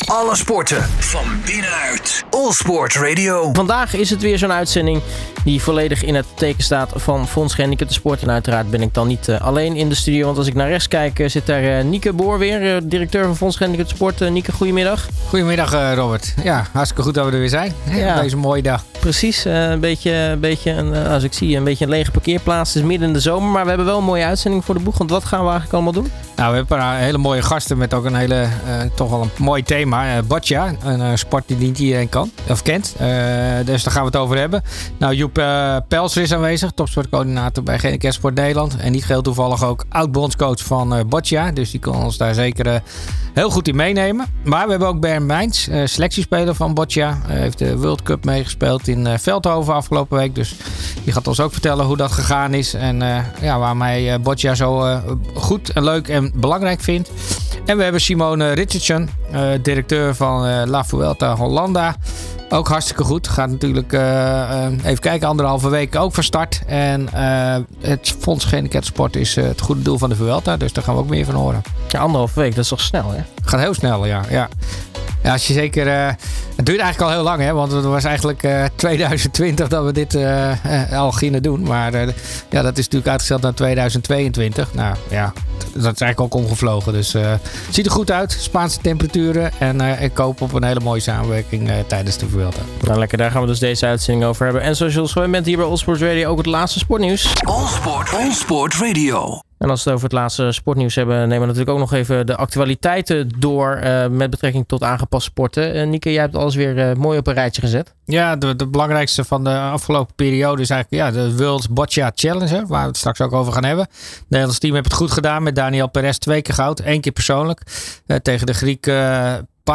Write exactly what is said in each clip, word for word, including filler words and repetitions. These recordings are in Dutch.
Alle sporten van binnenuit. All Sport Radio. Vandaag is het weer zo'n uitzending die volledig in het teken staat van Fonds Gehandicapten Sport. En uiteraard ben ik dan niet uh, alleen in de studio. Want als ik naar rechts kijk uh, zit daar uh, Nieke Boer weer. Uh, directeur van Fonds Gehandicapten Sport. Uh, Nieke, goedemiddag. Goedemiddag uh, Robert. Ja, hartstikke goed dat we er weer zijn. Ja. Op deze mooie dag. Precies. Uh, een beetje, een beetje een, uh, als ik zie, een beetje een lege parkeerplaats. Het is midden in de zomer. Maar we hebben wel een mooie uitzending voor de boeg. Want wat gaan we eigenlijk allemaal doen? Nou, we hebben een hele mooie gasten met ook een hele, uh, toch wel een mooi thema. Uh, boccia, een uh, sport die niet iedereen kan of kent. Uh, dus daar gaan we het over hebben. Nou, Joep uh, Pelser is aanwezig, topsportcoördinator bij Gehandicapten Sport Nederland. En niet geheel toevallig ook oud-bondscoach van uh, boccia. Dus die kan ons daar zeker uh, heel goed in meenemen. Maar we hebben ook Bernd Meijns, uh, selectiespeler van boccia. Uh, heeft de World Cup meegespeeld in uh, Veldhoven afgelopen week. Dus die gaat ons ook vertellen hoe dat gegaan is. En uh, ja, waarom hij uh, boccia zo uh, goed en leuk en belangrijk vindt. En we hebben Simone Richardson, uh, directeur van uh, La Vuelta Hollanda. Ook hartstikke goed. Gaat natuurlijk uh, uh, even kijken, anderhalve week ook van start. En uh, het Fonds Gehandicapten Sport is uh, het goede doel van de Vuelta. Dus daar gaan we ook meer van horen. Ja, anderhalve week, dat is toch snel, hè? Gaat heel snel, ja. ja. Ja, als je zeker... Uh, het duurt eigenlijk al heel lang, hè? Want het was eigenlijk uh, twintig twintig dat we dit uh, uh, al gingen doen. Maar uh, ja, dat is natuurlijk uitgesteld naar twintig tweeëntwintig. Nou ja, dat is eigenlijk ook omgevlogen. Dus uh, het ziet er goed uit. Spaanse temperaturen. En uh, ik hoop op een hele mooie samenwerking uh, tijdens de Vuelta. Nou, lekker. Daar gaan we dus deze uitzending over hebben. En zoals je al gewend bent hier bij All Sport Radio ook het laatste sportnieuws. All Sport, All Sport Radio. En als we het over het laatste sportnieuws hebben, nemen we natuurlijk ook nog even de actualiteiten door uh, met betrekking tot aangepaste sporten. Uh, Nieke, jij hebt alles weer uh, mooi op een rijtje gezet. Ja, de, de belangrijkste van de afgelopen periode is eigenlijk ja, de World Boccia Challenge, waar we het straks ook over gaan hebben. Het Nederlands team heeft het goed gedaan met Daniel Perez twee keer goud, één keer persoonlijk. Uh, tegen de Griek uh,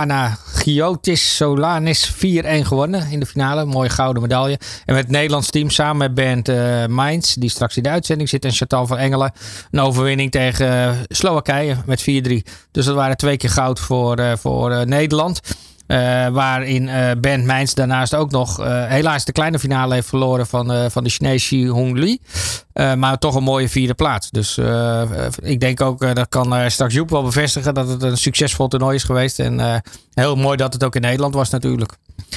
Panagiotis Solanis vier-een gewonnen in de finale. Mooie gouden medaille. En met het Nederlands team samen met Bernd uh, Meijns, die straks in de uitzending zit, en Chantal van Engelen, een overwinning tegen uh, Slowakije met vier drie. Dus dat waren twee keer goud voor, uh, voor uh, Nederland. Uh, waarin uh, Bernd Meijns daarnaast ook nog uh, helaas de kleine finale heeft verloren van, uh, van de Chinees Shi Hong Li. Uh, maar toch een mooie vierde plaats. Dus uh, ik denk ook, uh, dat kan uh, straks Joep wel bevestigen, dat het een succesvol toernooi is geweest. En uh, heel mooi dat het ook in Nederland was natuurlijk.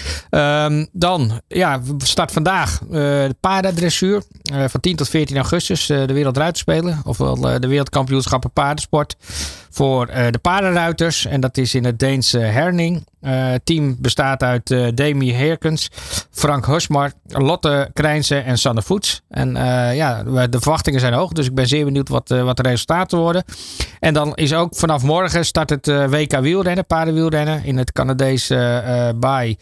Um, dan, ja, start vandaag uh, de paardendressuur. Uh, van tien tot veertien augustus uh, de Wereldruiterspelen. Ofwel uh, de wereldkampioenschappen paardensport. Voor uh, de paardenruiters. En dat is in het Deense Herning. Uh, het team bestaat uit uh, Demi Herkens, Frank Husmar, Lotte Krijnsen en Sanne Voets. En uh, ja, de verwachtingen zijn hoog. Dus ik ben zeer benieuwd wat, uh, wat de resultaten worden. En dan is ook vanaf morgen start het uh, W K wielrennen, paardenwielrennen. In het Canadese uh, Baai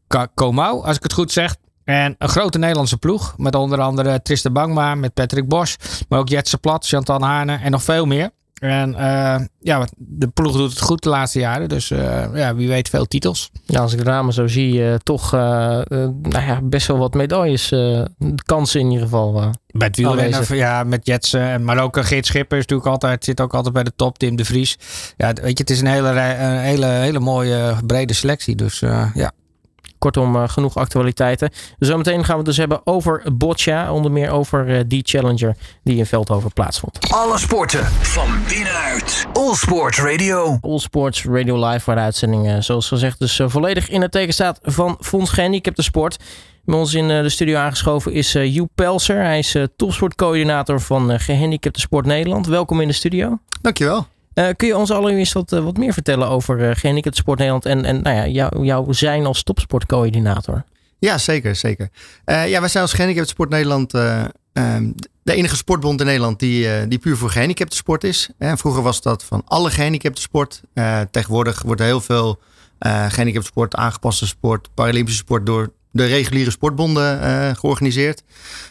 Comau, als ik het goed zeg. En een grote Nederlandse ploeg. Met onder andere Tristan Bangma, met Patrick Bos. Maar ook Jetse Plat, Chantal Haarne en nog veel meer. En uh, ja, de ploeg doet het goed de laatste jaren. Dus uh, ja, wie weet veel titels. Ja, als ik de namen zo zie, uh, toch uh, uh, nou ja, best wel wat medailles. Uh, kansen in ieder geval. Uh, bij het wielrennen, ja, met Jetsen. Maar ook uh, Geert Schipper is natuurlijk altijd, zit ook altijd bij de top. Tim de Vries. Ja, weet je, het is een hele, een hele, hele mooie brede selectie. Dus uh, ja. Kortom, uh, genoeg actualiteiten. Zometeen gaan we het dus hebben over boccia. Onder meer over uh, die Challenger die in Veldhoven plaatsvond. Alle sporten van binnenuit. All Sport Radio. All Sports Radio Live, waar de uitzending, uh, zoals gezegd, dus uh, volledig in het teken staat van Fonds Gehandicapten Sport. Bij ons in uh, de studio aangeschoven is uh, Joep Pelser. Hij is uh, topsportcoördinator van uh, Gehandicapten Sport Nederland. Welkom in de studio. Dankjewel. Uh, kun je ons allereerst wat, uh, wat meer vertellen over uh, Gehandicapten Sport Nederland en, en nou ja, jou, jouw zijn als topsportcoördinator? Ja, zeker. zeker. Uh, ja, wij zijn als Gehandicapten Sport Nederland uh, um, de enige sportbond in Nederland die, uh, die puur voor gehandicapten sport is. Uh, vroeger was dat van alle gehandicapten sport. Uh, tegenwoordig wordt er heel veel uh, gehandicapten sport, aangepaste sport, Paralympische sport door de reguliere sportbonden uh, georganiseerd.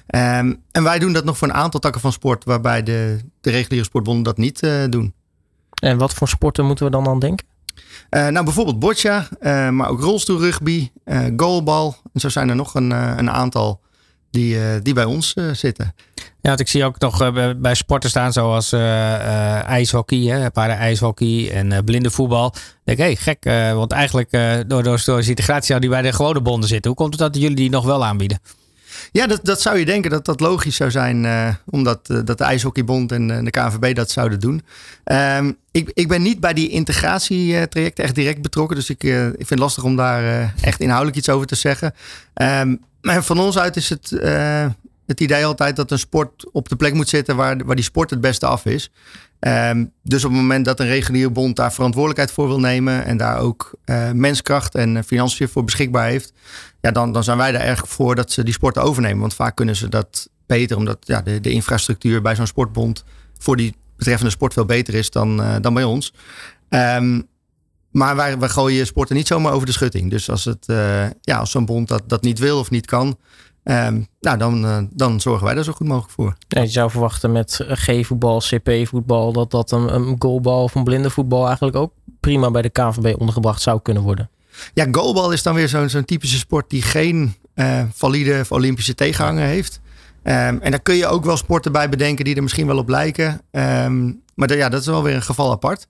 Um, en wij doen dat nog voor een aantal takken van sport waarbij de, de reguliere sportbonden dat niet uh, doen. En wat voor sporten moeten we dan aan denken? Uh, nou, bijvoorbeeld boccia, uh, maar ook rolstoelrugby, uh, goalbal. En zo zijn er nog een, uh, een aantal die, uh, die bij ons uh, zitten. Ja, want ik zie ook nog uh, bij sporten staan zoals uh, uh, ijshockey, hè, para-ijshockey en uh, blinde voetbal. Ik denk, hé, hey, gek, uh, want eigenlijk uh, door, door, door de integratie die bij de gewone bonden zitten. Hoe komt het dat jullie die nog wel aanbieden? Ja, dat, dat zou je denken dat dat logisch zou zijn. Uh, omdat uh, dat de IJshockeybond en uh, de K N V B dat zouden doen. Um, ik, ik ben niet bij die integratietrajecten echt direct betrokken. Dus ik, uh, ik vind het lastig om daar uh, echt inhoudelijk iets over te zeggen. Um, maar van ons uit is het, uh, het idee altijd dat een sport op de plek moet zitten waar, waar die sport het beste af is. Um, dus op het moment dat een reguliere bond daar verantwoordelijkheid voor wil nemen en daar ook uh, menskracht en financiën voor beschikbaar heeft, ja, dan, dan zijn wij er erg voor dat ze die sporten overnemen. Want vaak kunnen ze dat beter, omdat ja, de, de infrastructuur bij zo'n sportbond voor die betreffende sport veel beter is dan, uh, dan bij ons. Um, maar wij, wij gooien sporten niet zomaar over de schutting. Dus als, het, uh, ja, als zo'n bond dat, dat niet wil of niet kan, Um, nou, dan, uh, dan zorgen wij daar zo goed mogelijk voor. Ja, je zou verwachten met G-voetbal, C P-voetbal, dat dat een, een goalbal of een blindenvoetbal eigenlijk ook prima bij de K N V B ondergebracht zou kunnen worden. Ja, goalbal is dan weer zo'n, zo'n typische sport die geen uh, valide of Olympische tegenhanger heeft. Um, en daar kun je ook wel sporten bij bedenken die er misschien wel op lijken. Um, maar de, ja, dat is wel weer een geval apart.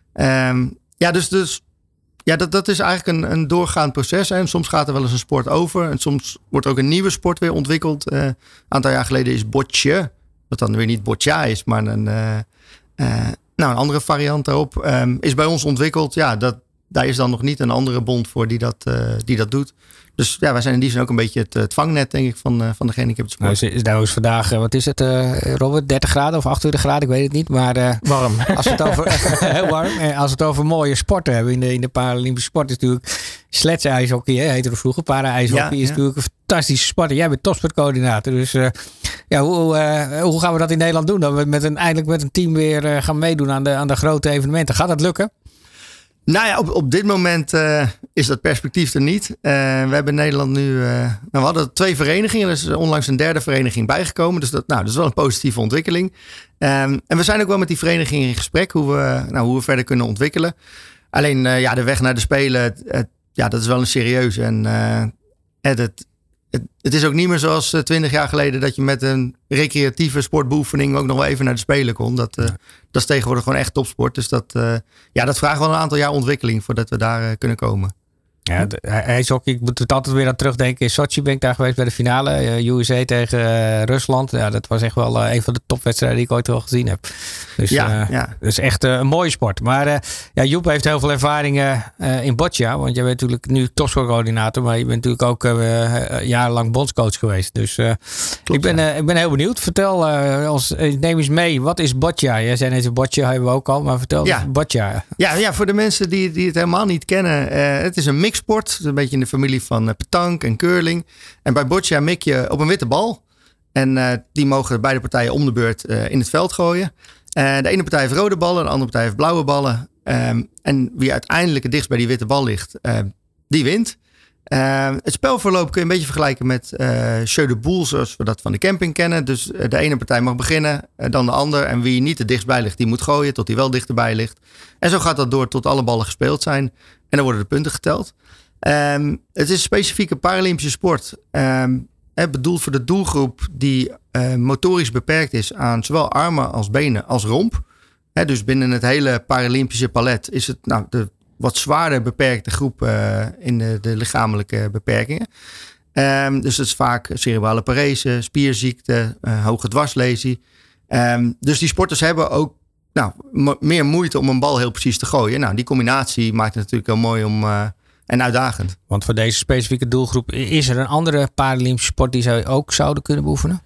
Um, ja, dus... dus Ja, dat, dat is eigenlijk een, een doorgaand proces. Hè. En soms gaat er wel eens een sport over. En soms wordt ook een nieuwe sport weer ontwikkeld. Uh, een aantal jaar geleden is bocce. Wat dan weer niet boccia is, maar een, uh, uh, nou, een andere variant daarop. Um, is bij ons ontwikkeld. Ja, dat, daar is dan nog niet een andere bond voor die dat, uh, die dat doet. Dus ja, wij zijn in die zin ook een beetje het, het vangnet, denk ik, van, uh, van de gehandicapte sport. Nou, is, is nou is vandaag, wat is het, uh, Robert, dertig graden of achtentwintig graden? Ik weet het niet, maar uh, warm. Als we het over, heel warm. En als we het over mooie sporten hebben in de, in de Paralympische sport, is natuurlijk sleds-ijshockey, hè, heette het vroeger. Para-ijshockey ja, is ja. natuurlijk een fantastische sport. En jij bent topsportcoördinator, dus uh, ja, hoe, uh, hoe gaan we dat in Nederland doen? Dat we met een, eindelijk met een team weer uh, gaan meedoen aan de, aan de grote evenementen. Gaat dat lukken? Nou ja, op, op dit moment uh, is dat perspectief er niet. Uh, we hebben in Nederland nu... Uh, nou, we hadden twee verenigingen. Er is onlangs een derde vereniging bijgekomen. Dus dat, nou, dat is wel een positieve ontwikkeling. Um, en we zijn ook wel met die vereniging in gesprek hoe we, nou, hoe we verder kunnen ontwikkelen. Alleen uh, ja, de weg naar de Spelen, het, het, ja, dat is wel een serieuze. En uh, het, het, het, het is ook niet meer zoals twintig jaar geleden dat je met een recreatieve sportbeoefening ook nog wel even naar de Spelen kon. Dat, uh, dat is tegenwoordig gewoon echt topsport. Dus dat, uh, ja, dat vraagt wel een aantal jaar ontwikkeling voordat we daar uh, kunnen komen. Ja, ijshockey, ik moet het altijd weer aan terugdenken. In Sochi ben ik daar geweest bij de finale. Uh, U S A tegen uh, Rusland. Ja, dat was echt wel uh, een van de topwedstrijden die ik ooit wel gezien heb. Dus ja, uh, ja. Dat is echt uh, een mooie sport. Maar uh, ja, Joep heeft heel veel ervaringen uh, in boccia. Want jij bent natuurlijk nu topsportcoördinator. Maar je bent natuurlijk ook uh, jarenlang bondscoach geweest. Dus uh, Klopt, ik, ben, ja. uh, ik ben heel benieuwd. Vertel uh, ons, neem eens mee. Wat is boccia? Jij zei net, boccia hebben we ook al. Maar vertel ja. eens boccia. Ja, ja, voor de mensen die, die het helemaal niet kennen. Uh, het is een mix sport, een beetje in de familie van petanque en curling. En bij boccia mik je op een witte bal. En uh, die mogen beide partijen om de beurt uh, in het veld gooien. Uh, de ene partij heeft rode ballen, de andere partij heeft blauwe ballen. Um, en wie uiteindelijk het dichtst bij die witte bal ligt, uh, die wint. Uh, het spelverloop kun je een beetje vergelijken met uh, jeu de boule, zoals we dat van de camping kennen. Dus uh, de ene partij mag beginnen, uh, dan de ander. En wie niet het dichtstbij ligt, die moet gooien tot hij wel dichterbij ligt. En zo gaat dat door tot alle ballen gespeeld zijn. En dan worden de punten geteld. Um, het is een specifieke Paralympische sport. Um, he, bedoeld voor de doelgroep die uh, motorisch beperkt is aan zowel armen als benen als romp. He, dus binnen het hele Paralympische palet is het nou, de wat zwaarder beperkte groep uh, in de, de lichamelijke beperkingen. Um, dus het is vaak cerebrale parese, spierziekte, uh, hoge dwarslesie. Um, dus die sporters hebben ook nou, m- meer moeite om een bal heel precies te gooien. Nou, die combinatie maakt het natuurlijk heel mooi om... Uh, En uitdagend. Want voor deze specifieke doelgroep, is er een andere Paralympische sport die zij ook zouden kunnen beoefenen?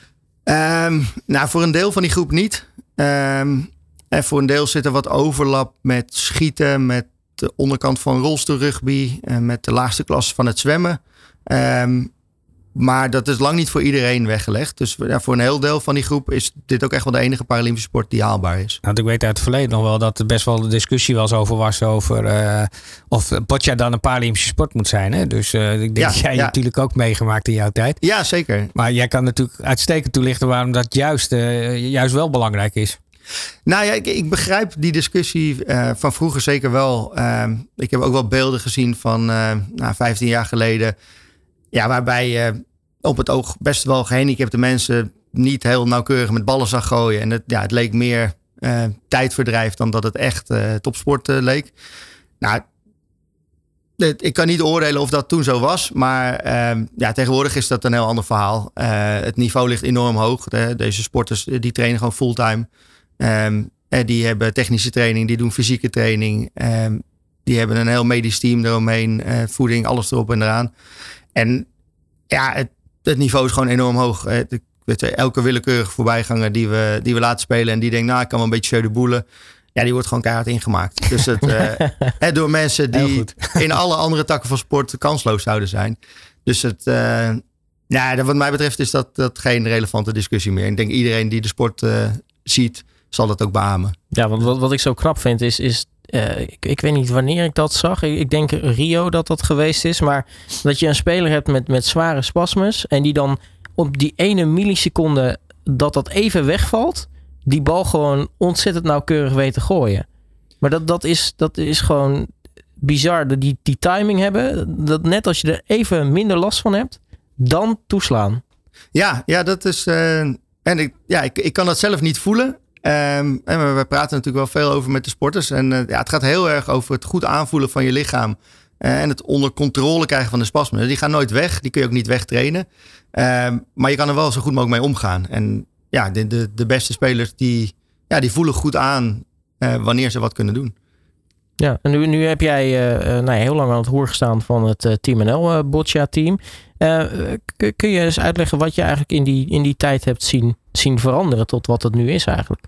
Um, nou, voor een deel van die groep niet. Um, en voor een deel zit er wat overlap met schieten, met de onderkant van rolstoelrugby en met de laagste klasse van het zwemmen. Um, maar dat is lang niet voor iedereen weggelegd. Dus ja, voor een heel deel van die groep is dit ook echt wel de enige Paralympische sport die haalbaar is. Nou, ik weet uit het verleden nog wel dat er best wel de discussie wel eens over was over uh, of boccia dan een Paralympische sport moet zijn. Hè? Dus uh, ik denk ja, dat jij ja. natuurlijk ook meegemaakt in jouw tijd. Ja, zeker. Maar jij kan natuurlijk uitstekend toelichten waarom dat juist, uh, juist wel belangrijk is. Nou ja, ik, ik begrijp die discussie uh, van vroeger zeker wel. Uh, ik heb ook wel beelden gezien van uh, nou, vijftien jaar geleden. Ja, waarbij uh, op het oog best wel gehandicapte mensen niet heel nauwkeurig met ballen zag gooien. En het, ja, het leek meer uh, tijdverdrijf dan dat het echt uh, topsport uh, leek. Nou, Ik kan niet oordelen of dat toen zo was. Maar uh, ja, tegenwoordig is dat een heel ander verhaal. Uh, het niveau ligt enorm hoog. De, deze sporters die trainen gewoon fulltime. Um, die hebben technische training. Die doen fysieke training. Um, die hebben een heel medisch team eromheen. Uh, voeding, alles erop en eraan. En ja, het, het niveau is gewoon enorm hoog. Uh, de, weet je, elke willekeurige voorbijganger die we, die we laten spelen. En die denkt, nou, ik kan wel een beetje jeu de boelen. Ja, die wordt gewoon keihard ingemaakt. Dus het, uh, door mensen die in alle andere takken van sport kansloos zouden zijn. Dus het, uh, ja, wat mij betreft is dat, dat geen relevante discussie meer. Ik denk iedereen die de sport uh, ziet, zal dat ook beamen. Ja, want wat, wat ik zo knap vind is, is uh, ik, ik weet niet wanneer ik dat zag. Ik, ik denk Rio dat dat geweest is. Maar dat je een speler hebt met, met zware spasmes en die dan op die ene milliseconde dat dat even wegvalt, die bal gewoon ontzettend nauwkeurig weet te gooien. Maar dat, dat, is, dat is gewoon bizar. Die, die timing hebben, dat net als je er even minder last van hebt, dan toeslaan. Ja, ja dat is... Uh, en ik, ja, ik, ik kan dat zelf niet voelen. Um, en we praten natuurlijk wel veel over met de sporters. En uh, ja, het gaat heel erg over het goed aanvoelen van je lichaam. Uh, en het onder controle krijgen van de spasmen. Die gaan nooit weg. Die kun je ook niet wegtrainen. Um, maar je kan er wel zo goed mogelijk mee omgaan. En ja, de, de, de beste spelers die, ja, die voelen goed aan uh, wanneer ze wat kunnen doen. Ja, en nu, nu heb jij uh, nou ja, heel lang aan het roer gestaan van het uh, Team N L uh, Boccia team. Uh, k- kun je eens uitleggen wat je eigenlijk in die, in die tijd hebt zien, zien veranderen tot wat het nu is eigenlijk?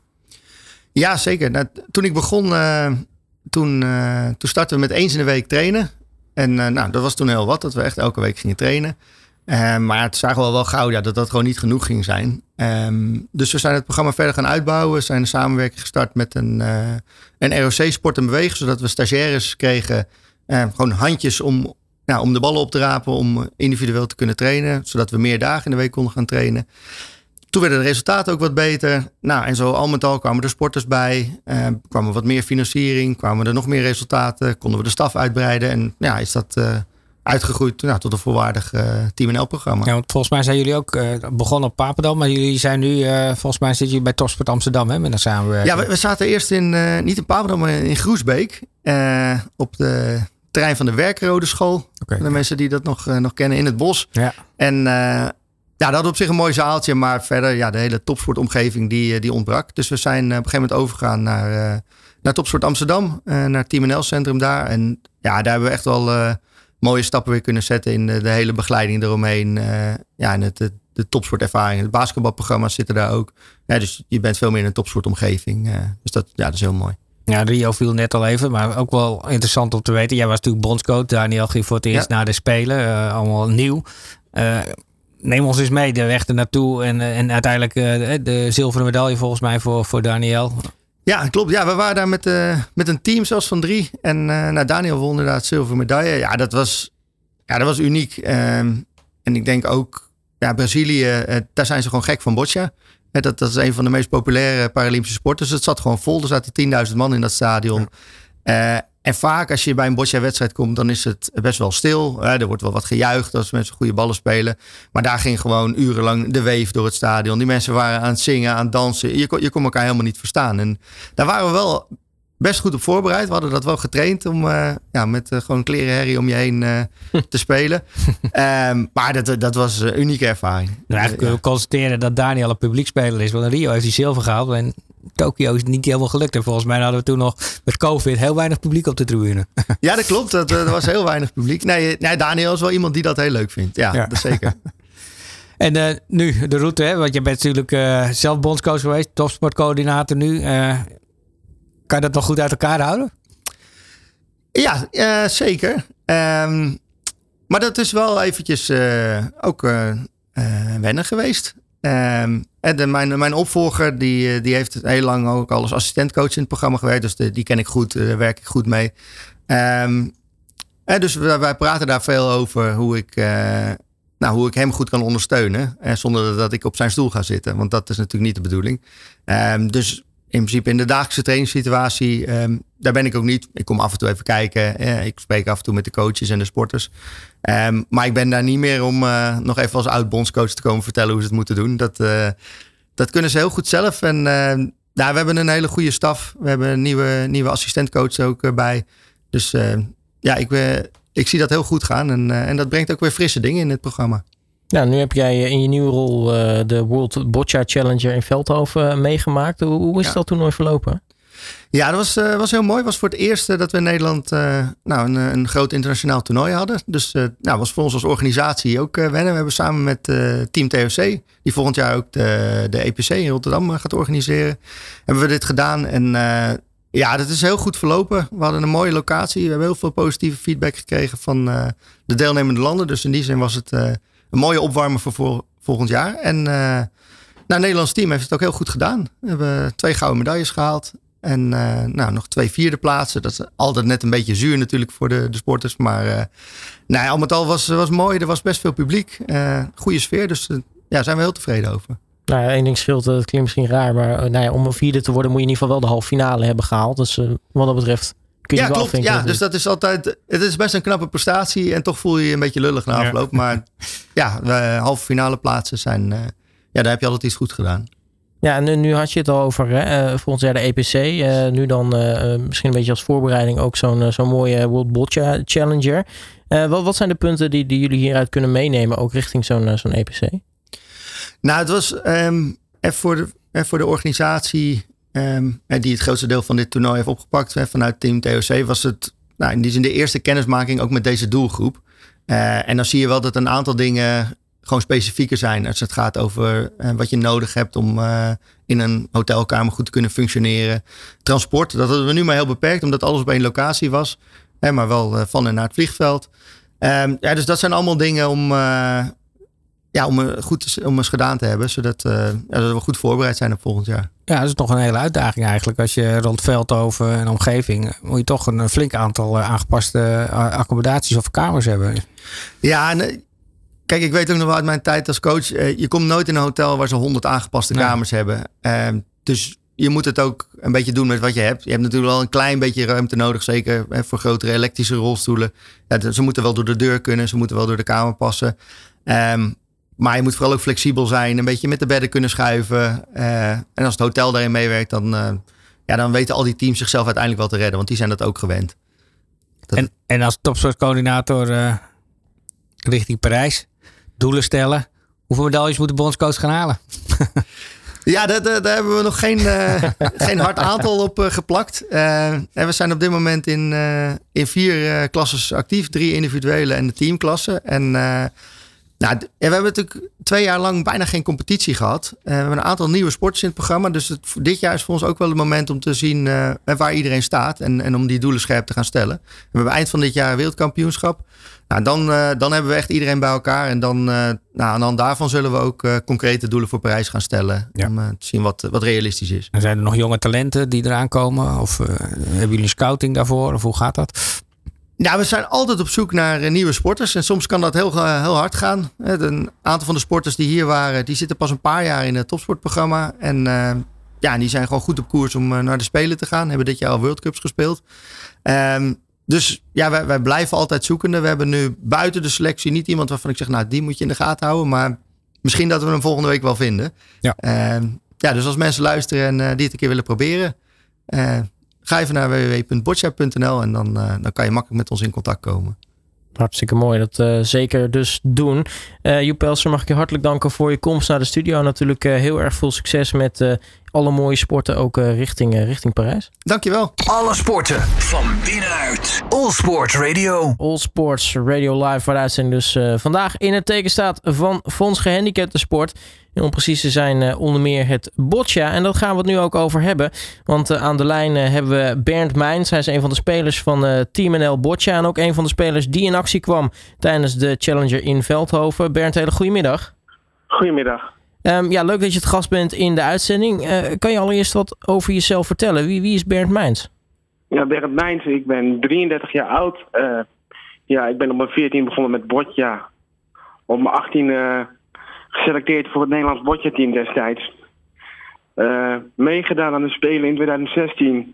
Ja, zeker. Nou, toen ik begon, uh, toen, uh, toen startten we met eens in de week trainen. En uh, nou, dat was toen heel wat, dat we echt elke week gingen trainen. Uh, maar het zagen we wel, wel gauw ja, dat dat gewoon niet genoeg ging zijn. Um, dus we zijn het programma verder gaan uitbouwen. We zijn een samenwerking gestart met een, uh, een R O C Sport en Bewegen. Zodat we stagiaires kregen. Uh, gewoon handjes om, nou, om de ballen op te rapen. Om individueel te kunnen trainen. Zodat we meer dagen in de week konden gaan trainen. Toen werden de resultaten ook wat beter. Nou, en zo al met al kwamen er sporters bij. Uh, kwamen wat meer financiering. Kwamen er nog meer resultaten. Konden we de staf uitbreiden. En ja, is dat... Uh, uitgegroeid nou, tot een volwaardig uh, Team N L-programma. Ja, want volgens mij zijn jullie ook uh, begonnen op Papendal, maar jullie zijn nu, uh, volgens mij zitten jullie bij Topsport Amsterdam, hè, met een samenwerking. Ja, we, we zaten eerst in, uh, niet in Papendal, maar in Groesbeek. Uh, op de terrein van de Werkrode School. Okay. De mensen die dat nog, uh, nog kennen, in het bos. Ja. En uh, ja, dat had op zich een mooi zaaltje, maar verder, ja, de hele topsportomgeving die, die ontbrak. Dus we zijn uh, op een gegeven moment overgegaan naar, uh, naar Topsport Amsterdam, uh, naar het Team N L-centrum daar. En ja, daar hebben we echt wel... Uh, mooie stappen weer kunnen zetten in de, de hele begeleiding eromheen. Uh, ja, en het, de, de topsportervaring. Het basketbalprogramma's zitten daar ook. Ja, dus je bent veel meer in een topsportomgeving. Uh, dus dat, ja, dat is heel mooi. Ja, Rio viel net al even, maar ook wel interessant om te weten. Jij was natuurlijk bondscoach. Daniel ging voor het eerst ja. naar de Spelen. Uh, allemaal nieuw. Uh, neem ons eens mee de weg ernaartoe. En, uh, en uiteindelijk uh, de zilveren medaille volgens mij voor, voor Daniel. Ja, klopt. Ja, we waren daar met, uh, met een team zelfs van drie. En uh, nou, Daniel won inderdaad zilveren medaille. Ja, dat was, ja, dat was uniek. Um, en ik denk ook, ja, Brazilië, uh, daar zijn ze gewoon gek van boccia. Uh, dat, dat is een van de meest populaire Paralympische sporten. Dus het zat gewoon vol. Er zaten tienduizend man in dat stadion. Ja. Uh, en vaak als je bij een boccia-wedstrijd komt, dan is het best wel stil. Uh, er wordt wel wat gejuicht als mensen goede ballen spelen. Maar daar ging gewoon urenlang de weef door het stadion. Die mensen waren aan het zingen, aan het dansen. Je kon, je kon elkaar helemaal niet verstaan. En daar waren we wel best goed op voorbereid. We hadden dat wel getraind om uh, ja, met uh, gewoon klerenherrie om je heen uh, te spelen. um, maar dat, dat was een unieke ervaring. Nou, eigenlijk kunnen we constateren dat Daniel een publiekspeler is. Want in Rio heeft hij zilver gehaald. En Tokio is het niet helemaal gelukt. En volgens mij hadden we toen nog met COVID heel weinig publiek op de tribune. Ja, dat klopt. Dat, er was heel weinig publiek. Nee, nee, Daniel is wel iemand die dat heel leuk vindt. Ja, ja. Dat zeker. En uh, nu de route, hè? Want je bent natuurlijk uh, zelf bondscoach geweest. Topsportcoördinator nu. Uh, kan je dat wel goed uit elkaar houden? Ja, uh, zeker. Um, maar dat is wel eventjes uh, ook uh, uh, wennen geweest. Um, en de, mijn, mijn opvolger die, die heeft heel lang ook al als assistentcoach in het programma gewerkt. Dus de, die ken ik goed, daar werk ik goed mee. Um, en dus wij, wij praten daar veel over hoe ik, uh, nou, hoe ik hem goed kan ondersteunen. Uh, zonder dat ik op zijn stoel ga zitten. Want dat is natuurlijk niet de bedoeling. Um, dus in principe in de dagelijkse trainingssituatie, um, daar ben ik ook niet. Ik kom af en toe even kijken. Uh, ik spreek af en toe met de coaches en de sporters. Um, maar ik ben daar niet meer om uh, nog even als oud-bondscoach te komen vertellen hoe ze het moeten doen. Dat, uh, dat kunnen ze heel goed zelf. En uh, nou, we hebben een hele goede staf. We hebben een nieuwe, nieuwe assistentcoach ook uh, bij. Dus uh, ja, ik, uh, ik zie dat heel goed gaan. En, uh, en dat brengt ook weer frisse dingen in het programma. Nou, nu heb jij in je nieuwe rol uh, de World Boccia Challenger in Veldhoven uh, meegemaakt. Hoe, hoe is ja. dat toernooi verlopen? Ja, dat was, uh, was heel mooi. Het was voor het eerst uh, dat we in Nederland uh, nou, een, een groot internationaal toernooi hadden. Dus uh, nou, was voor ons als organisatie ook uh, wennen. We hebben samen met uh, Team T O C, die volgend jaar ook de, de E P C in Rotterdam uh, gaat organiseren, hebben we dit gedaan. En uh, ja, dat is heel goed verlopen. We hadden een mooie locatie. We hebben heel veel positieve feedback gekregen van uh, de deelnemende landen. Dus in die zin was het uh, een mooie opwarmer voor vol, volgend jaar. En uh, nou, het Nederlands team heeft het ook heel goed gedaan. We hebben twee gouden medailles gehaald. En uh, nou, nog twee vierde plaatsen. Dat is altijd net een beetje zuur natuurlijk voor de, de sporters. Maar uh, nou ja, al met al was het was mooi. Er was best veel publiek. Uh, goede sfeer. Dus uh, ja, zijn we heel tevreden over. Nou ja, één ding scheelt. Het klinkt misschien raar. Maar uh, nou ja, om een vierde te worden moet je in ieder geval wel de halve finale hebben gehaald. Dus uh, wat dat betreft kun je ja, wel klopt. afvinken. Ja, dus dat is altijd... Het is best een knappe prestatie. En toch voel je je een beetje lullig na afloop. Ja. Maar ja, de halve finale plaatsen zijn... Uh, ja, daar heb je altijd iets goed gedaan. Ja, en nu, nu had je het al over hè, uh, volgend jaar de E P C. Uh, nu dan uh, misschien een beetje als voorbereiding ook zo'n, uh, zo'n mooie World Boccia Challenger. Uh, wat, wat zijn de punten die, die jullie hieruit kunnen meenemen, ook richting zo'n, uh, zo'n E P C? Nou, het was um, even voor de, even voor de organisatie um, die het grootste deel van dit toernooi heeft opgepakt. Hè, vanuit Team T O C was het nou, in die zin de eerste kennismaking ook met deze doelgroep. Uh, en dan zie je wel dat een aantal dingen gewoon specifieker zijn als het gaat over uh, wat je nodig hebt om uh, in een hotelkamer goed te kunnen functioneren. Transport, dat hadden we nu maar heel beperkt, omdat alles op één locatie was. Hè, maar wel uh, van en naar het vliegveld. Um, ja, dus dat zijn allemaal dingen om, uh, ja, om, uh, goed te, om eens gedaan te hebben, zodat uh, ja, dat we goed voorbereid zijn op volgend jaar. Ja, dat is nog een hele uitdaging eigenlijk. Als je rond Veldhoven en omgeving moet je toch een flink aantal uh, aangepaste uh, accommodaties of kamers hebben. Ja, en kijk, ik weet ook nog wel uit mijn tijd als coach. Je komt nooit in een hotel waar ze honderd aangepaste nee. kamers hebben. Um, dus je moet het ook een beetje doen met wat je hebt. Je hebt natuurlijk wel een klein beetje ruimte nodig. Zeker hè, voor grotere elektrische rolstoelen. Ja, ze moeten wel door de deur kunnen. Ze moeten wel door de kamer passen. Um, maar je moet vooral ook flexibel zijn. Een beetje met de bedden kunnen schuiven. Uh, en als het hotel daarin meewerkt, dan, uh, ja, dan weten al die teams zichzelf uiteindelijk wel te redden. Want die zijn dat ook gewend. Dat en, en als topsportcoördinator uh, richting Parijs, doelen stellen. Hoeveel medailles moet de bondscoach gaan halen? Ja, daar, daar, daar hebben we nog geen, uh, geen hard aantal op uh, geplakt. Uh, en we zijn op dit moment in, uh, in vier uh, klasses actief. Drie individuele en de teamklasse. En uh, nou, we hebben natuurlijk twee jaar lang bijna geen competitie gehad. Uh, we hebben een aantal nieuwe sporters in het programma. Dus het, dit jaar is voor ons ook wel het moment om te zien uh, waar iedereen staat. En, en om die doelen scherp te gaan stellen. We hebben eind van dit jaar een wereldkampioenschap. Nou, dan, uh, dan hebben we echt iedereen bij elkaar. En dan, uh, nou, aan de hand daarvan zullen we ook uh, concrete doelen voor Parijs gaan stellen. Ja. Om uh, te zien wat, wat realistisch is. En zijn er nog jonge talenten die eraan komen? Of uh, hebben jullie een scouting daarvoor? Of hoe gaat dat? Nou, we zijn altijd op zoek naar uh, nieuwe sporters. En soms kan dat heel, uh, heel hard gaan. Een aantal van de sporters die hier waren, die zitten pas een paar jaar in het topsportprogramma. En uh, ja, die zijn gewoon goed op koers om uh, naar de Spelen te gaan. Hebben dit jaar al World Cups gespeeld. Um, Dus ja, wij, wij blijven altijd zoekende. We hebben nu buiten de selectie niet iemand waarvan ik zeg, nou, die moet je in de gaten houden. Maar misschien dat we hem volgende week wel vinden. Ja, uh, ja dus als mensen luisteren en uh, die het een keer willen proberen, uh, ga even naar w w w punt boccia punt n l en dan, uh, dan kan je makkelijk met ons in contact komen. Hartstikke mooi, dat uh, zeker dus doen. Uh, Joep Pelser, mag ik je hartelijk danken voor je komst naar de studio. Natuurlijk uh, heel erg veel succes met uh, alle mooie sporten, ook uh, richting, uh, richting Parijs. Dankjewel. Alle sporten van binnenuit. All Sports Radio. All Sports Radio live, waar de uitzending dus uh, vandaag in het teken staat van Fonds Gehandicapten Sport. En om precies te zijn uh, onder meer het boccia. En dat gaan we het nu ook over hebben. Want uh, aan de lijn uh, hebben we Bernd Meijns. Hij is een van de spelers van uh, Team N L Boccia. En ook een van de spelers die in actie kwam tijdens de Challenger in Veldhoven. Bernd, hele goedemiddag. Goedemiddag. Um, ja, leuk dat je het gast bent in de uitzending. Uh, kan je allereerst wat over jezelf vertellen? Wie, wie is Bernd Meijns? Ja, Bernd Meijns. Ik ben drieëndertig jaar oud. Uh, ja, ik ben op mijn veertien begonnen met boccia. Op mijn achttien uh, geselecteerd voor het Nederlands boccia-team destijds. Uh, meegedaan aan de Spelen in twintig zestien.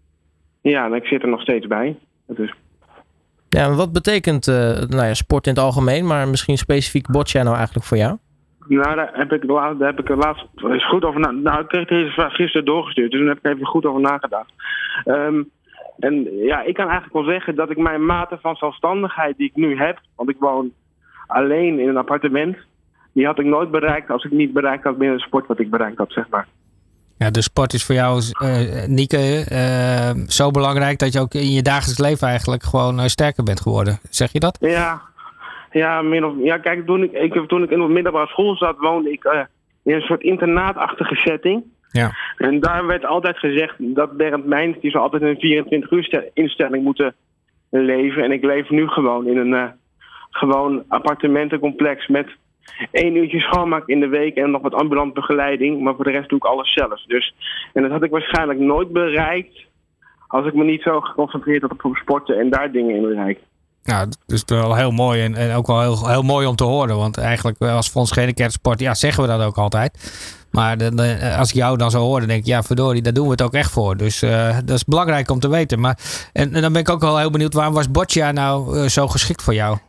Ja, en ik zit er nog steeds bij. Dus. Ja, en wat betekent uh, nou ja, sport in het algemeen, maar misschien specifiek boccia nou eigenlijk voor jou? Nou, daar heb ik, daar heb ik laatst eens goed over na. Nou, ik kreeg deze vraag gisteren doorgestuurd, dus daar heb ik even goed over nagedacht. Um, En ja, ik kan eigenlijk wel zeggen dat ik mijn mate van zelfstandigheid die ik nu heb, want ik woon alleen in een appartement, die had ik nooit bereikt als ik niet bereikt had binnen de sport wat ik bereikt had, zeg maar. Ja, de sport is voor jou, uh, Nieke, uh, zo belangrijk dat je ook in je dagelijks leven eigenlijk gewoon uh, sterker bent geworden. Zeg je dat? Ja, ja, min of, ja kijk, toen ik, ik, toen ik in de middelbare school zat, woonde ik uh, in een soort internaatachtige setting. Ja. En daar werd altijd gezegd dat Bernd Meijns, die zou altijd in een vierentwintig uur instelling moeten leven. En ik leef nu gewoon in een uh, gewoon appartementencomplex met één uurtje schoonmaak in de week en nog wat ambulant begeleiding. Maar voor de rest doe ik alles zelf. Dus, en dat had ik waarschijnlijk nooit bereikt als ik me niet zo geconcentreerd had op sporten en daar dingen in bereikt. Nou, dat is wel heel mooi en, en ook wel heel, heel mooi om te horen. Want eigenlijk als Fonds Gehandicapten Sport, ja, zeggen we dat ook altijd. Maar de, de, als ik jou dan zo hoor, dan denk ik, ja, verdorie, daar doen we het ook echt voor. Dus uh, dat is belangrijk om te weten. Maar, en, en dan ben ik ook wel heel benieuwd, waarom was boccia nou uh, zo geschikt voor jou?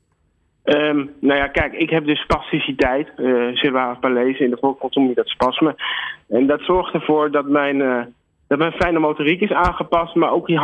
Um, nou ja, kijk, ik heb dus spasticiteit, uh, cerebrale parese, in de volksmond noem je dat spasme. En dat zorgt ervoor dat mijn, uh, dat mijn fijne motoriek is aangepast, maar ook die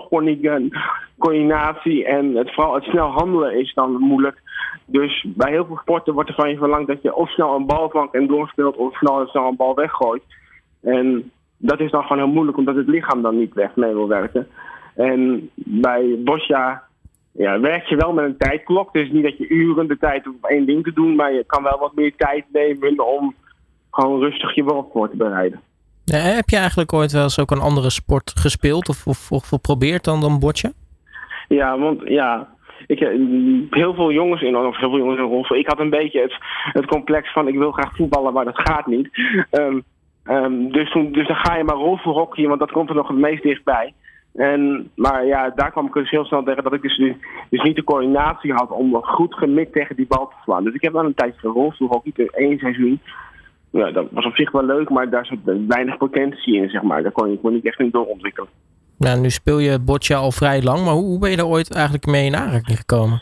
hand-oogcoördinatie en het, vooral het snel handelen is dan moeilijk. Dus bij heel veel sporten wordt er van je verlangd dat je of snel een bal vangt en doorspeelt of snel en snel een bal weggooit. En dat is dan gewoon heel moeilijk omdat het lichaam dan niet weg mee wil werken. En bij boccia ja, werk je wel met een tijdklok. Dus niet dat je uren de tijd hoeft om één ding te doen, maar je kan wel wat meer tijd nemen om gewoon rustig je worp voor te bereiden. Ja, heb je eigenlijk ooit wel eens ook een andere sport gespeeld of, of, of geprobeerd dan, dan boccia? Ja, want ja, ik heb heel veel jongens in, of heel veel jongens in rolstoel. Ik had een beetje het, het complex van ik wil graag voetballen, maar dat gaat niet. Um, um, dus, toen, dus dan ga je maar rolstoelhockeyen, want dat komt er nog het meest dichtbij. En, maar ja, daar kwam ik dus heel snel tegen dat ik dus, dus niet de coördinatie had om goed gemikt tegen die bal te slaan. Dus ik heb dan een tijdje rolstoelhockey, één seizoen. Ja, dat was op zich wel leuk, maar daar zat weinig potentie in, zeg maar. Daar kon je, kon niet echt in doorontwikkelen. Nou, nu speel je boccia al vrij lang, maar hoe, hoe ben je daar ooit eigenlijk mee in aanraking gekomen?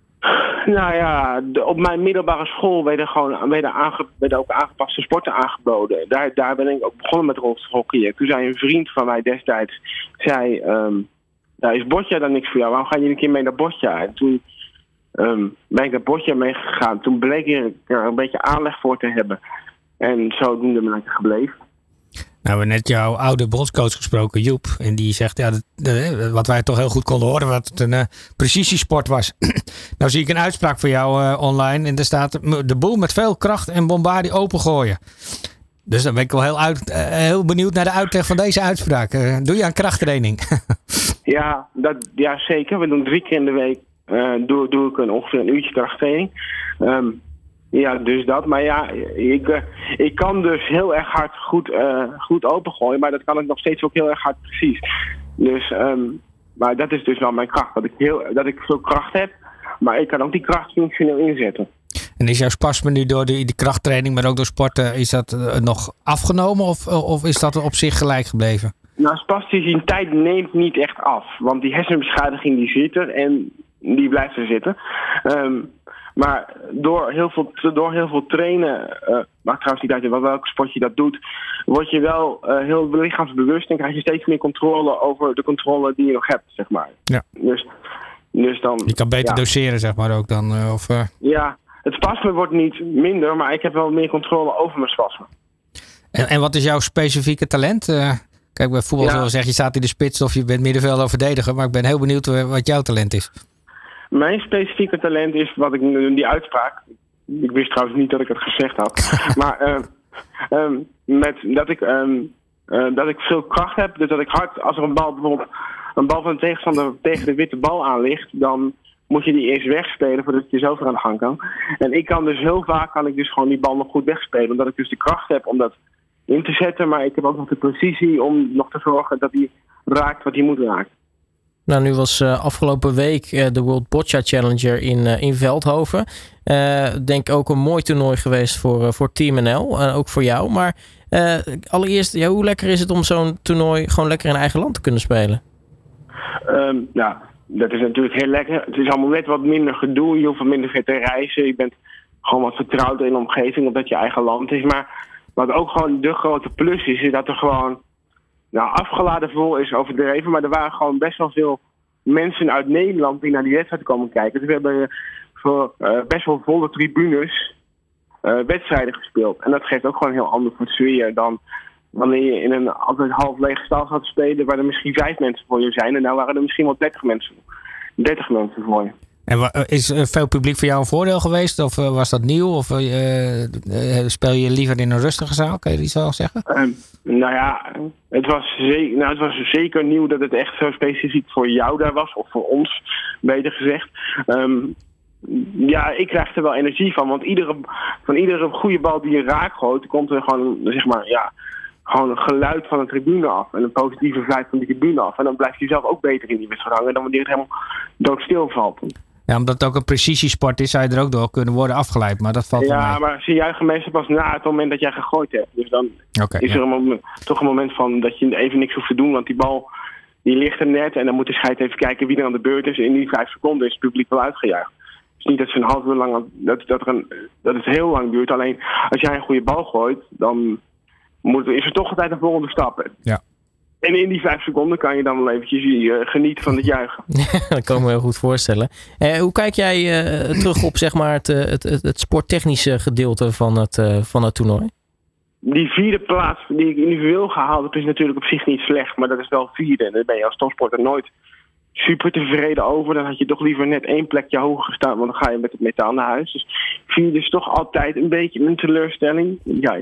Nou ja, de, op mijn middelbare school werden, gewoon, werden, aange, werden ook aangepaste sporten aangeboden. Daar, daar ben ik ook begonnen met rolstoelhockeyen. Toen zei een vriend van mij destijds, zei, um, nou, is boccia dan niks voor jou? Waarom ga je niet een keer mee naar boccia? En toen um, ben ik naar boccia meegegaan. Toen bleek ik er een beetje aanleg voor te hebben. En zodoende ben ik gebleven. Nou, we hebben net jouw oude bondscoach gesproken, Joep. En die zegt, ja, de, de, wat wij toch heel goed konden horen, wat het een uh, precisiesport was. Nou zie ik een uitspraak voor jou uh, online. En daar staat, de boel met veel kracht en bombardie opengooien. Dus dan ben ik wel heel, uit, uh, heel benieuwd naar de uitleg van deze uitspraak. Uh, doe je aan krachttraining? ja, dat, ja, zeker. We doen drie keer in de week. Uh, doe, doe ik een, ongeveer een uurtje krachttraining. Um, Ja, dus dat. Maar ja, ik, uh, ik kan dus heel erg hard goed, uh, goed opengooien. Maar dat kan ik nog steeds ook heel erg hard precies. Dus, um, maar dat is dus wel mijn kracht. Dat ik, heel, dat ik veel kracht heb. Maar ik kan ook die kracht functioneel inzetten. En is jouw spasme nu door die, die krachttraining, maar ook door sporten, is dat uh, nog afgenomen? Of, of is dat op zich gelijk gebleven? Nou, spasticiteit neemt niet echt af. Want die hersenbeschadiging die zit er en die blijft er zitten. Um, Maar door heel veel, door heel veel trainen, uh, maakt trouwens niet uit in welk sport je dat doet, word je wel uh, heel lichaamsbewust en krijg je steeds meer controle over de controle die je nog hebt, zeg maar. Ja. Dus, dus dan, je kan beter ja. doseren, zeg maar ook dan. Uh, of, uh... Ja, het spasme wordt niet minder, maar ik heb wel meer controle over mijn spasme. En, en wat is jouw specifieke talent? Uh, kijk, bij voetbal ja. zeg je staat in de spits of je bent middenvelder of verdediger, maar ik ben heel benieuwd wat jouw talent is. Mijn specifieke talent is wat ik nu die uitspraak. Ik wist trouwens niet dat ik het gezegd had. maar uh, um, met, dat, ik, um, uh, dat ik veel kracht heb. Dus dat ik hard, als er een bal bijvoorbeeld een bal van een tegenstander tegen de witte bal aan ligt, dan moet je die eerst wegspelen voordat je zelf aan de gang kan. En ik kan dus heel vaak kan ik dus gewoon die bal nog goed wegspelen. Omdat ik dus de kracht heb om dat in te zetten. Maar ik heb ook nog de precisie om nog te zorgen dat hij raakt wat hij moet raken. Nou, nu was uh, afgelopen week uh, de World Boccia Challenger in, uh, in Veldhoven. Uh, denk ook een mooi toernooi geweest voor, uh, voor Team N L. Uh, ook voor jou. Maar uh, allereerst, ja, hoe lekker is het om zo'n toernooi gewoon lekker in eigen land te kunnen spelen? Um, nou, dat is natuurlijk heel lekker. Het is allemaal net wat minder gedoe. Je hoeft wat minder ver te reizen. Je bent gewoon wat vertrouwd in de omgeving omdat je eigen land is. Maar wat ook gewoon de grote plus is, is dat er gewoon nou, afgeladen vol is overdreven, maar er waren gewoon best wel veel mensen uit Nederland die naar die wedstrijd komen kijken. Dus we hebben voor uh, best wel volle tribunes uh, wedstrijden gespeeld. En dat geeft ook gewoon een heel ander voor sfeer dan wanneer je in een altijd half lege stal gaat spelen waar er misschien vijf mensen voor je zijn. En nou waren er misschien wel dertig mensen, dertig mensen voor je. En is veel publiek voor jou een voordeel geweest? Of was dat nieuw? Of uh, speel je liever in een rustige zaal? Kan je iets wel zeggen? Um, nou ja, het was, zeker, nou, het was zeker nieuw dat het echt zo specifiek voor jou daar was. Of voor ons, beter gezegd. Um, ja, ik krijg er wel energie van. Want iedere, van iedere goede bal die je raak gooit, komt er gewoon, zeg maar, ja, gewoon een geluid van de tribune af. En een positieve vibe van de tribune af. En dan blijf je zelf ook beter in die wedstrijd hangen dan wanneer het helemaal doodstil valt. Ja, omdat het ook een precisiesport is, zou je er ook door kunnen worden afgeleid. Maar dat valt Ja, maar ze juichen meestal pas na het moment dat jij gegooid hebt. Dus dan okay, is ja. er een moment, toch een moment van dat je even niks hoeft te doen. Want die bal die ligt er net. En dan moet de scheids even kijken wie er aan de beurt is. En in die vijf seconden is het publiek wel uitgejuicht. Dus niet dat ze een half uur lang, dat, dat, er een, dat het heel lang duurt. Alleen als jij een goede bal gooit, dan moet, is er toch altijd een volgende stap. Ja. En in die vijf seconden kan je dan wel eventjes uh, genieten van het juichen. Dat kan ik me heel goed voorstellen. Eh, hoe kijk jij uh, terug op zeg maar, het, het, het, het sporttechnische gedeelte van het, uh, van het toernooi? Die vierde plaats die ik individueel gehaald heb is natuurlijk op zich niet slecht. Maar dat is wel vierde. En daar ben je als topsporter nooit super tevreden over. Dan had je toch liever net één plekje hoger gestaan. Want dan ga je met het metaal naar huis. Dus vierde is toch altijd een beetje een teleurstelling. Ja,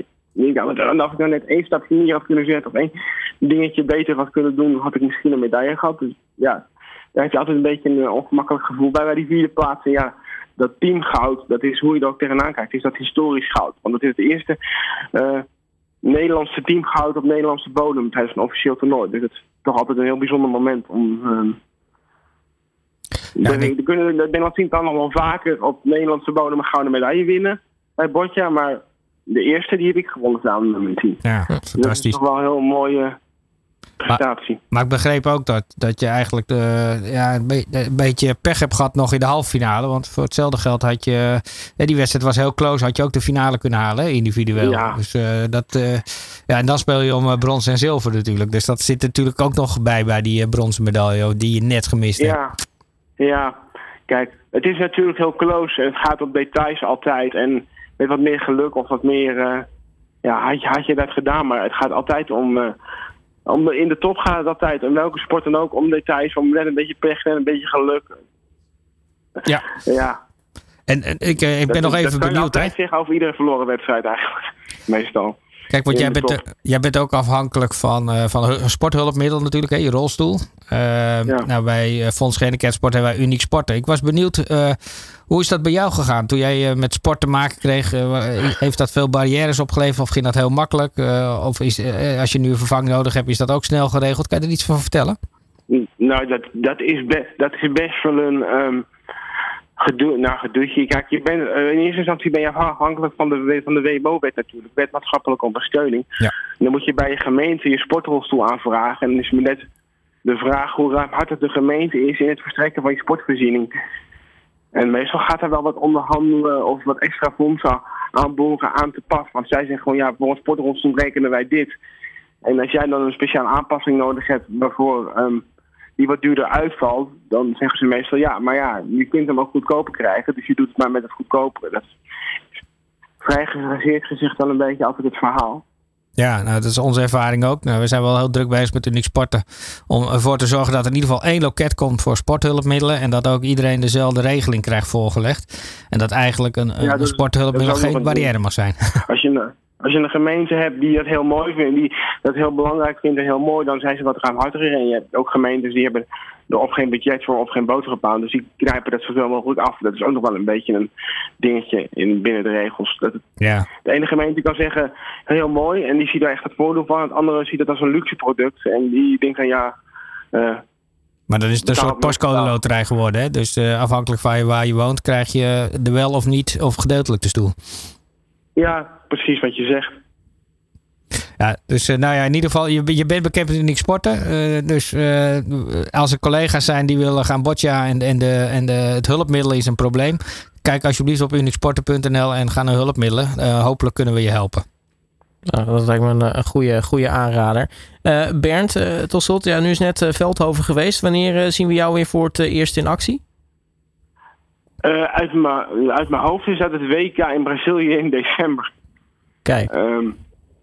en als ik nou net één stapje meer had kunnen zetten of één dingetje beter had kunnen doen, had ik misschien een medaille gehad. Dus ja, daar heb je altijd een beetje een ongemakkelijk gevoel bij. Bij die vierde plaats, en ja, dat teamgoud, dat is hoe je er ook tegenaan kijkt. Is dat historisch goud. Want dat is het eerste uh, Nederlandse teamgoud op Nederlandse bodem tijdens een officieel toernooi. Dus het is toch altijd een heel bijzonder moment om... Uh, ja, de, de, kunnen, de Nederlands team kan nog wel vaker op Nederlandse bodem een gouden medaille winnen bij boccia, maar de eerste die heb ik gewonnen samen met mijn team. Ja, fantastisch. Dat is toch wel een heel mooie prestatie. Maar, maar ik begreep ook dat, dat je eigenlijk de, ja, een, be- een beetje pech hebt gehad nog in de halve finale. Want voor hetzelfde geld had je... Ja, die wedstrijd was heel close. Had je ook de finale kunnen halen, individueel. Ja. Dus uh, dat... Uh, ja, en dan speel je om uh, brons en zilver natuurlijk. Dus dat zit natuurlijk ook nog bij bij die uh, bronzen medaille die je net gemist hebt. Ja, ja. Kijk, het is natuurlijk heel close. En het gaat om details altijd. En met wat meer geluk of wat meer... Uh, ja, had je, had je dat gedaan. Maar het gaat altijd om... Uh, om in de top gaat het altijd. In welke sport dan ook. Om details. Om net een beetje pech en een beetje geluk. Ja. Ja. En, en ik, uh, ik ben dat, nog even dat kan benieuwd. Dat kan je altijd zeggen over iedere verloren wedstrijd eigenlijk. Meestal. Kijk, want jij bent, uh, jij bent ook afhankelijk van, uh, van een sporthulpmiddel natuurlijk, hè, je rolstoel. Uh, ja. Nou, bij uh, Fonds Gehandicaptensport hebben wij Uniek Sporten. Ik was benieuwd, uh, hoe is dat bij jou gegaan? Toen jij uh, met sport te maken kreeg, uh, heeft dat veel barrières opgeleverd of ging dat heel makkelijk? Uh, of is, uh, als je nu een vervanging nodig hebt, is dat ook snel geregeld? Kan je er iets van vertellen? Nou, dat, dat, is, best, dat is best wel een... Um... Gedoe, nou, gedoetje. Kijk, je bent, uh, in eerste instantie ben je afhankelijk van de, van de W M O-wet natuurlijk. Wet maatschappelijke ondersteuning. Ja. Dan moet je bij je gemeente je sportrolstoel aanvragen. En dan is me net de vraag hoe ruimhartig de gemeente is in het verstrekken van je sportvoorziening. En meestal gaat er wel wat onderhandelen of wat extra fondsen aanboren aan te passen. Want zij zeggen gewoon, ja, voor een sportrolstoel rekenen wij dit. En als jij dan een speciale aanpassing nodig hebt waarvoor... Um, die wat duurder uitvalt, dan zeggen ze meestal ja, maar ja, je kunt hem ook goedkoper krijgen, dus je doet het maar met het goedkopere. Dat is vrij geregeerd gezegd dan een beetje altijd het verhaal. Ja, nou, dat is onze ervaring ook. Nou, we zijn wel heel druk bezig met Uniek Sporten om ervoor te zorgen dat er in ieder geval één loket komt voor sporthulpmiddelen en dat ook iedereen dezelfde regeling krijgt voorgelegd. En dat eigenlijk een, een, ja, dat, een sporthulpmiddel geen barrière mag zijn. Als je een, als je een gemeente hebt die dat heel mooi vindt, die dat heel belangrijk vindt en heel mooi, dan zijn ze wat ruimhartiger. En je hebt ook gemeentes die hebben er of geen budget voor of geen boterham, dus die knijpen dat zoveel mogelijk af. Dat is ook nog wel een beetje een dingetje in, binnen de regels. Dat het, ja. De ene gemeente kan zeggen, heel mooi, en die ziet daar echt het voordeel van. Het andere ziet het als een luxe product en die denkt dan ja... Uh, maar dan is het een soort postcode loterij geworden, hè? Dus uh, afhankelijk van waar je woont krijg je de wel of niet of gedeeltelijk de stoel. Ja, precies wat je zegt. Ja, dus uh, nou ja, in ieder geval, je, je bent bekend met Uniek Sporten. Uh, dus uh, als er collega's zijn die willen gaan boccia en, en, de, en de, het hulpmiddel is een probleem, kijk alsjeblieft op unieksporten punt n l en ga naar hulpmiddelen. Uh, hopelijk kunnen we je helpen. Nou, dat lijkt me een, een goede, goede aanrader. Uh, Bernd, uh, tot slot, ja, nu is net uh, Veldhoven geweest. Wanneer uh, zien we jou weer voor het uh, eerst in actie? Uh, uit mijn uit mijn hoofd is dat het W K in Brazilië in december. Kijk. Um,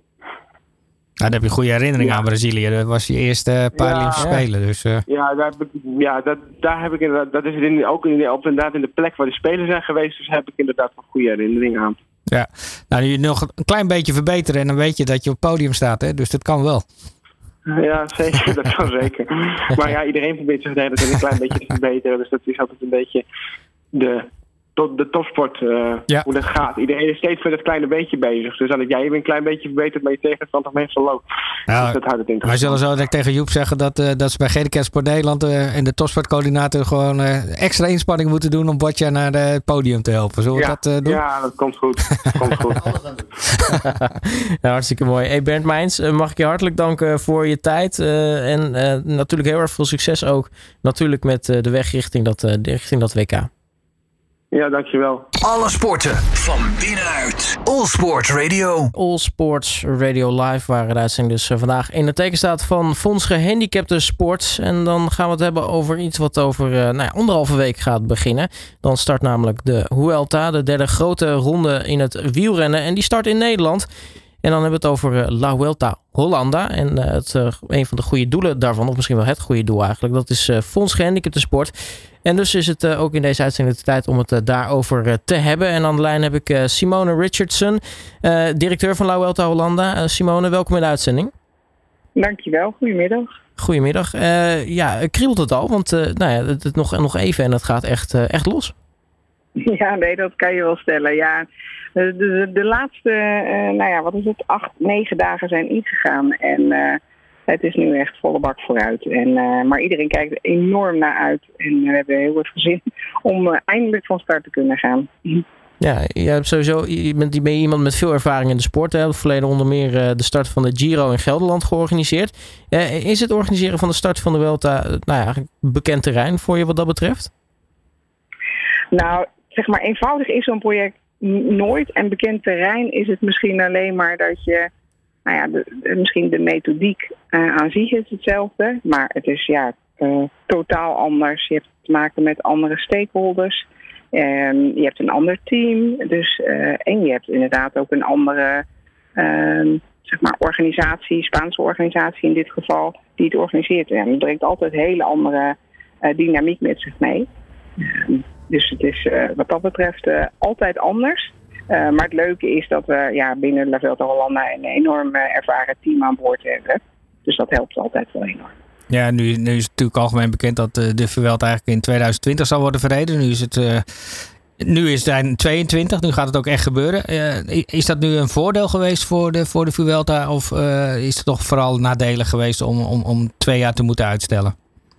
Nou, daar heb je goede herinnering ja. aan Brazilië. Dat was je eerste Paralympische ja. Spelen. Dus, uh... Ja, daar heb ik, ja dat, daar heb ik inderdaad, dat is het in, ook in, op, inderdaad in de plek waar de Spelen zijn geweest. Dus heb ik inderdaad een goede herinnering aan. Ja, nou nu nog een klein beetje verbeteren en dan weet je dat je op het podium staat. Hè? Dus dat kan wel. Ja, zeker. Dat kan zeker. Maar ja, iedereen probeert zich de hele tijd een klein beetje te verbeteren. Dus dat is altijd een beetje de... de topsport, uh, ja. hoe dat gaat. Iedereen is steeds met het kleine beetje bezig. Dus dan jij even een klein beetje verbeterd, maar je tegenstander meestal loopt. Nou, dus dat houdt het in. Wij zullen zo direct tegen Joep zeggen dat, uh, dat ze bij Gehandicapten Sport Nederland uh, en de topsportcoördinator gewoon uh, extra inspanning moeten doen om Botja naar het podium te helpen. Zullen we ja. dat uh, doen? Ja, dat komt goed. Dat komt goed. Ja, hartstikke mooi. Hey Bernd Meijns, uh, mag ik je hartelijk danken voor je tijd. Uh, en uh, natuurlijk heel erg veel succes ook. Natuurlijk met uh, de weg richting dat, uh, richting dat W K. Ja, dankjewel. Alle sporten van binnenuit. All Sport Radio. All Sports Radio Live, waar de uitzending dus vandaag in het teken staat van Fonds Gehandicapten Sport. En dan gaan we het hebben over iets wat over uh, nou ja, anderhalve week gaat beginnen. Dan start namelijk de Vuelta, de derde grote ronde in het wielrennen. En die start in Nederland. En dan hebben we het over uh, La Vuelta Hollanda. En uh, het, uh, een van de goede doelen daarvan, of misschien wel het goede doel eigenlijk, dat is uh, Fonds Gehandicapten Sport. En dus is het uh, ook in deze uitzending de tijd om het uh, daarover uh, te hebben. En aan de lijn heb ik uh, Simone Richardson, uh, directeur van La Vuelta Hollanda. Uh, Simone, welkom in de uitzending. Dankjewel, goedemiddag. Goedemiddag. Uh, ja, kriebelt het al, want uh, nou ja, het, het nog, nog even en het gaat echt, uh, echt los. Ja, nee, dat kan je wel stellen. Ja, de, de, de laatste, uh, nou ja, wat is het, acht, negen dagen zijn ingegaan. En uh, het is nu echt volle bak vooruit. En, uh, maar iedereen kijkt er enorm naar uit. En we hebben heel erg zin om uh, eindelijk van start te kunnen gaan. Ja, je hebt sowieso, je bent, je bent iemand met veel ervaring in de sport. Hè. Verleden onder meer uh, de start van de Giro in Gelderland georganiseerd. Uh, is het organiseren van de start van de Vuelta uh, nou ja, bekend terrein voor je wat dat betreft? Nou, zeg maar eenvoudig is zo'n project nooit. En bekend terrein is het misschien alleen maar dat je... Nou ja, de, de, misschien de methodiek uh, aan zich is hetzelfde. Maar het is ja uh, totaal anders. Je hebt te maken met andere stakeholders. En je hebt een ander team. Dus, uh, en je hebt inderdaad ook een andere uh, zeg maar organisatie, Spaanse organisatie in dit geval, die het organiseert. En dat brengt altijd een hele andere uh, dynamiek met zich mee. Uh, dus het is uh, wat dat betreft uh, altijd anders. Uh, maar het leuke is dat we ja, binnen La Vuelta Hollanda een enorm uh, ervaren team aan boord hebben. Dus dat helpt altijd wel enorm. Ja, nu, nu is het natuurlijk algemeen bekend dat uh, de Vuelta eigenlijk in tweeduizend twintig zal worden verreden. Nu is het, uh, nu is het tweeëntwintig, nu gaat het ook echt gebeuren. Uh, is dat nu een voordeel geweest voor de, voor de Vuelta? Of uh, is het toch vooral nadelig geweest om, om, om twee jaar te moeten uitstellen?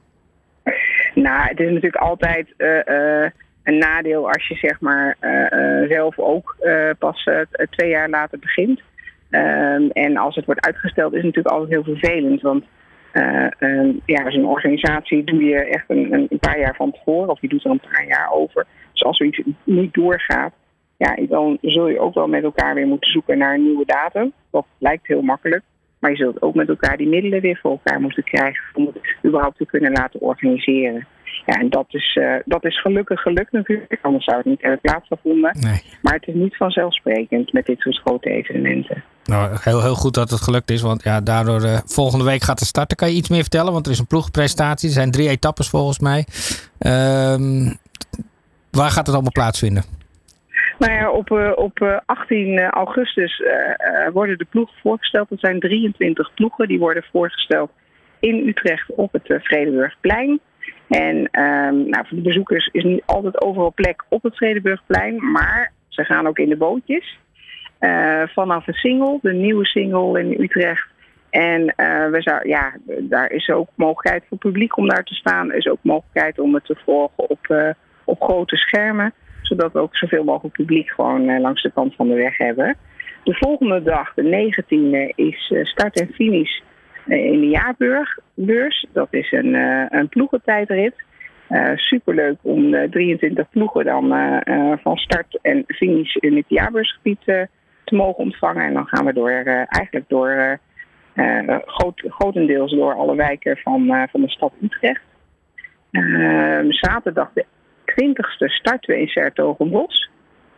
Nou, het is natuurlijk altijd... Uh, uh, een nadeel als je zeg maar uh, uh, zelf ook uh, pas uh, twee jaar later begint. Um, en als het wordt uitgesteld is het natuurlijk altijd heel vervelend. Want uh, uh, ja, zo'n organisatie doe je echt een, een paar jaar van tevoren. Of je doet er een paar jaar over. Dus als zoiets niet doorgaat, ja, dan zul je ook wel met elkaar weer moeten zoeken naar een nieuwe datum. Dat lijkt heel makkelijk. Maar je zult ook met elkaar die middelen weer voor elkaar moeten krijgen om het überhaupt te kunnen laten organiseren. Ja, en dat is, uh, dat is gelukkig gelukt natuurlijk, anders zou het niet hebben plaatsgevonden. Nee. Maar het is niet vanzelfsprekend met dit soort grote evenementen. Nou, heel, heel goed dat het gelukt is, want ja, daardoor uh, volgende week gaat het starten. Kan je iets meer vertellen? Want er is een ploegpresentatie, er zijn drie etappes volgens mij. Um, waar gaat het allemaal plaatsvinden? Nou ja, op, uh, op uh, achttien augustus uh, uh, worden de ploegen voorgesteld. Dat zijn drieëntwintig ploegen, die worden voorgesteld in Utrecht op het uh, Vredenburgplein. En um, nou, voor de bezoekers is niet altijd overal plek op het Vredenburgplein, maar ze gaan ook in de bootjes. Uh, vanaf een single, de nieuwe single in Utrecht. En uh, we zou, ja, daar is ook mogelijkheid voor het publiek om daar te staan. Er is ook mogelijkheid om het te volgen op, uh, op grote schermen, zodat we ook zoveel mogelijk publiek gewoon uh, langs de kant van de weg hebben. De volgende dag, de negentiende, is uh, start en finish in de jaarbeurs. Dat is een, uh, een ploegentijdrit. Uh, superleuk om uh, drieëntwintig ploegen dan uh, uh, van start en finish in het jaarbeursgebied uh, te mogen ontvangen. En dan gaan we door, uh, eigenlijk door uh, uh, groot, grotendeels door alle wijken van, uh, van de stad Utrecht. Uh, zaterdag de twintigste starten we in 's-Hertogenbosch.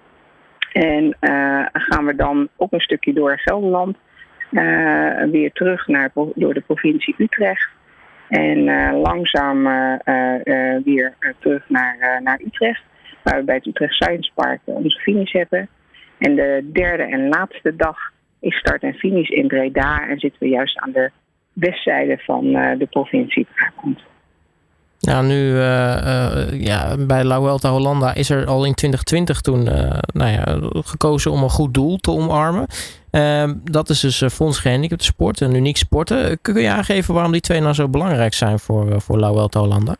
En uh, gaan we dan ook een stukje door Gelderland. Uh, weer terug naar, door de provincie Utrecht. En uh, langzaam uh, uh, weer uh, terug naar, uh, naar Utrecht. Waar we bij het Utrecht Science Park uh, onze finish hebben. En de derde en laatste dag is start en finish in Breda. En zitten we juist aan de westzijde van uh, de provincie Brabant. Ja, nu uh, uh, ja, bij La Vuelta Hollanda is er al in twintig twintig toen uh, nou ja, gekozen om een goed doel te omarmen. Uh, dat is dus uh, Fonds Gehandicapten Sport, een uniek sporten. Kun je aangeven waarom die twee nou zo belangrijk zijn voor, uh, voor La Vuelta Hollanda?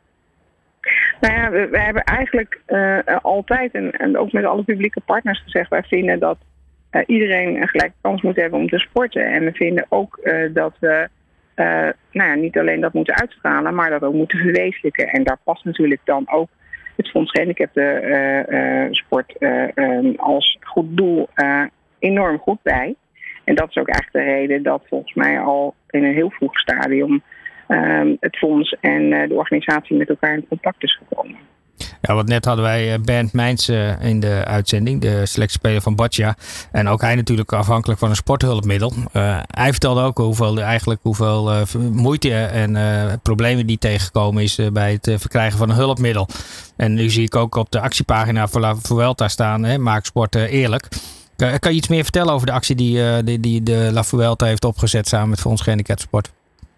Nou ja, we, we hebben eigenlijk uh, altijd en, en ook met alle publieke partners gezegd, wij vinden dat uh, iedereen een gelijke kans moet hebben om te sporten. En we vinden ook uh, dat we uh, nou ja, niet alleen dat moeten uitstralen, maar dat ook moeten verwezenlijken. En daar past natuurlijk dan ook het Fonds Gehandicapten uh, uh, Sport uh, um, als goed doel uh, enorm goed bij. En dat is ook eigenlijk de reden dat volgens mij al in een heel vroeg stadium Um, het fonds en uh, de organisatie met elkaar in contact is gekomen. Ja, want net hadden wij Bernd Meijns uh, in de uitzending, de selectiespeler van Boccia. En ook hij natuurlijk afhankelijk van een sporthulpmiddel. Uh, hij vertelde ook hoeveel, eigenlijk hoeveel uh, moeite en uh, problemen die tegengekomen is uh, bij het uh, verkrijgen van een hulpmiddel. En nu zie ik ook op de actiepagina van La Vuelta staan, hè, maak sport uh, eerlijk. Uh, kan je iets meer vertellen over de actie die, uh, die, die de La Vuelta heeft opgezet samen met Fonds Gehandicapten Sport?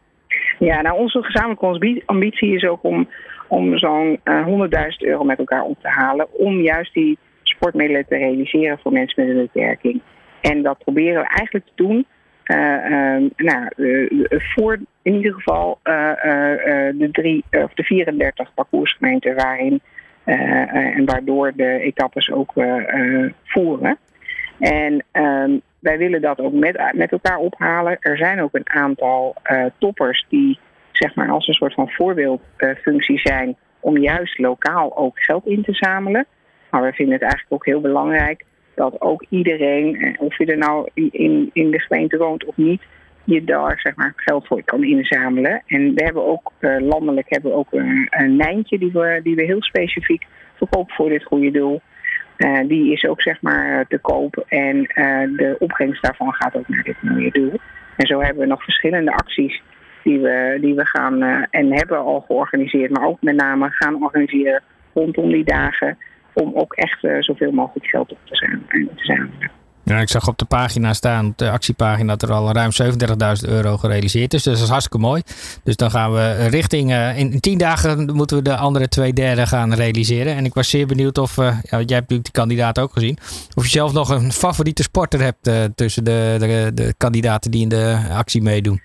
Ja, nou onze gezamenlijke ambitie is ook om, om zo'n uh, honderdduizend euro met elkaar op te halen. Om juist die sportmiddelen te realiseren voor mensen met een beperking. En dat proberen we eigenlijk te doen. Uh, uh, nou, uh, voor in ieder geval uh, uh, de, drie, uh, of de vierendertig parcoursgemeenten waarin uh, uh, en waardoor de etappes ook uh, uh, voeren. En uh, wij willen dat ook met, met elkaar ophalen. Er zijn ook een aantal uh, toppers die zeg maar als een soort van voorbeeldfunctie uh, zijn om juist lokaal ook geld in te zamelen. Maar we vinden het eigenlijk ook heel belangrijk dat ook iedereen, of je er nou in, in de gemeente woont of niet, je daar zeg maar geld voor kan inzamelen. En we hebben ook uh, landelijk hebben we ook een, een Nijntje die we, die we heel specifiek verkopen voor dit goede doel. Uh, die is ook zeg maar te koop en uh, de opbrengst daarvan gaat ook naar dit mooie doel. En zo hebben we nog verschillende acties die we, die we gaan uh, en hebben al georganiseerd, maar ook met name gaan organiseren rondom die dagen om ook echt uh, zoveel mogelijk geld op te zamelen. Ja, ik zag op de pagina staan, op de actiepagina, dat er al ruim zevenendertigduizend euro gerealiseerd is. Dus dat is hartstikke mooi. Dus dan gaan we richting, uh, in tien dagen moeten we de andere twee derde gaan realiseren. En ik was zeer benieuwd of, uh, ja, jij hebt natuurlijk die kandidaat ook gezien, of je zelf nog een favoriete sporter hebt uh, tussen de, de, de kandidaten die in de actie meedoen.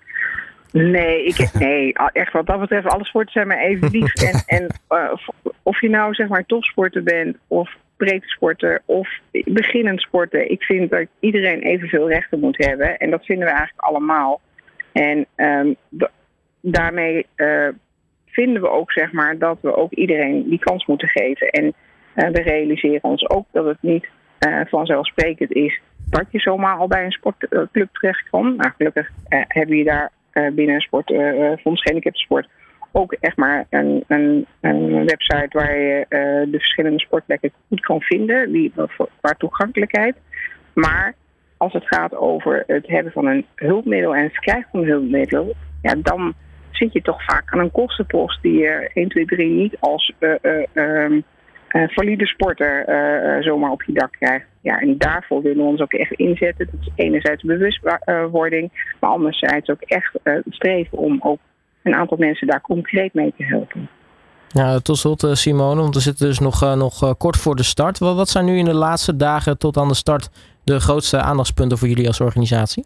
Nee, ik, nee, echt wat dat betreft, alle sporten zijn maar even lief. En, en uh, of je nou zeg maar topsporter bent of breedtesporter of beginnend sporter. Ik vind dat iedereen evenveel rechten moet hebben. En dat vinden we eigenlijk allemaal. En um, d- daarmee uh, vinden we ook zeg maar dat we ook iedereen die kans moeten geven. En uh, we realiseren ons ook dat het niet uh, vanzelfsprekend is dat je zomaar al bij een sportclub terecht kan. Nou, gelukkig uh, hebben we daar uh, binnen een sport, uh, Fonds Gehandicapten Sport ook echt maar een, een, een website waar je uh, de verschillende sportplekken goed kan vinden, die, qua toegankelijkheid. Maar als het gaat over het hebben van een hulpmiddel en het verkrijgen van een hulpmiddel, ja, dan zit je toch vaak aan een kostenpost die je één, twee, drie niet als uh, uh, um, uh, valide sporter uh, uh, zomaar op je dak krijgt. Ja, en daarvoor willen we ons ook echt inzetten. Dat is enerzijds bewustwording, maar anderzijds ook echt uh, streven om ook een aantal mensen daar concreet mee te helpen. Ja, tot slot Simone, want we zitten dus nog, uh, nog uh, kort voor de start. Wat, wat zijn nu in de laatste dagen tot aan de start de grootste aandachtspunten voor jullie als organisatie?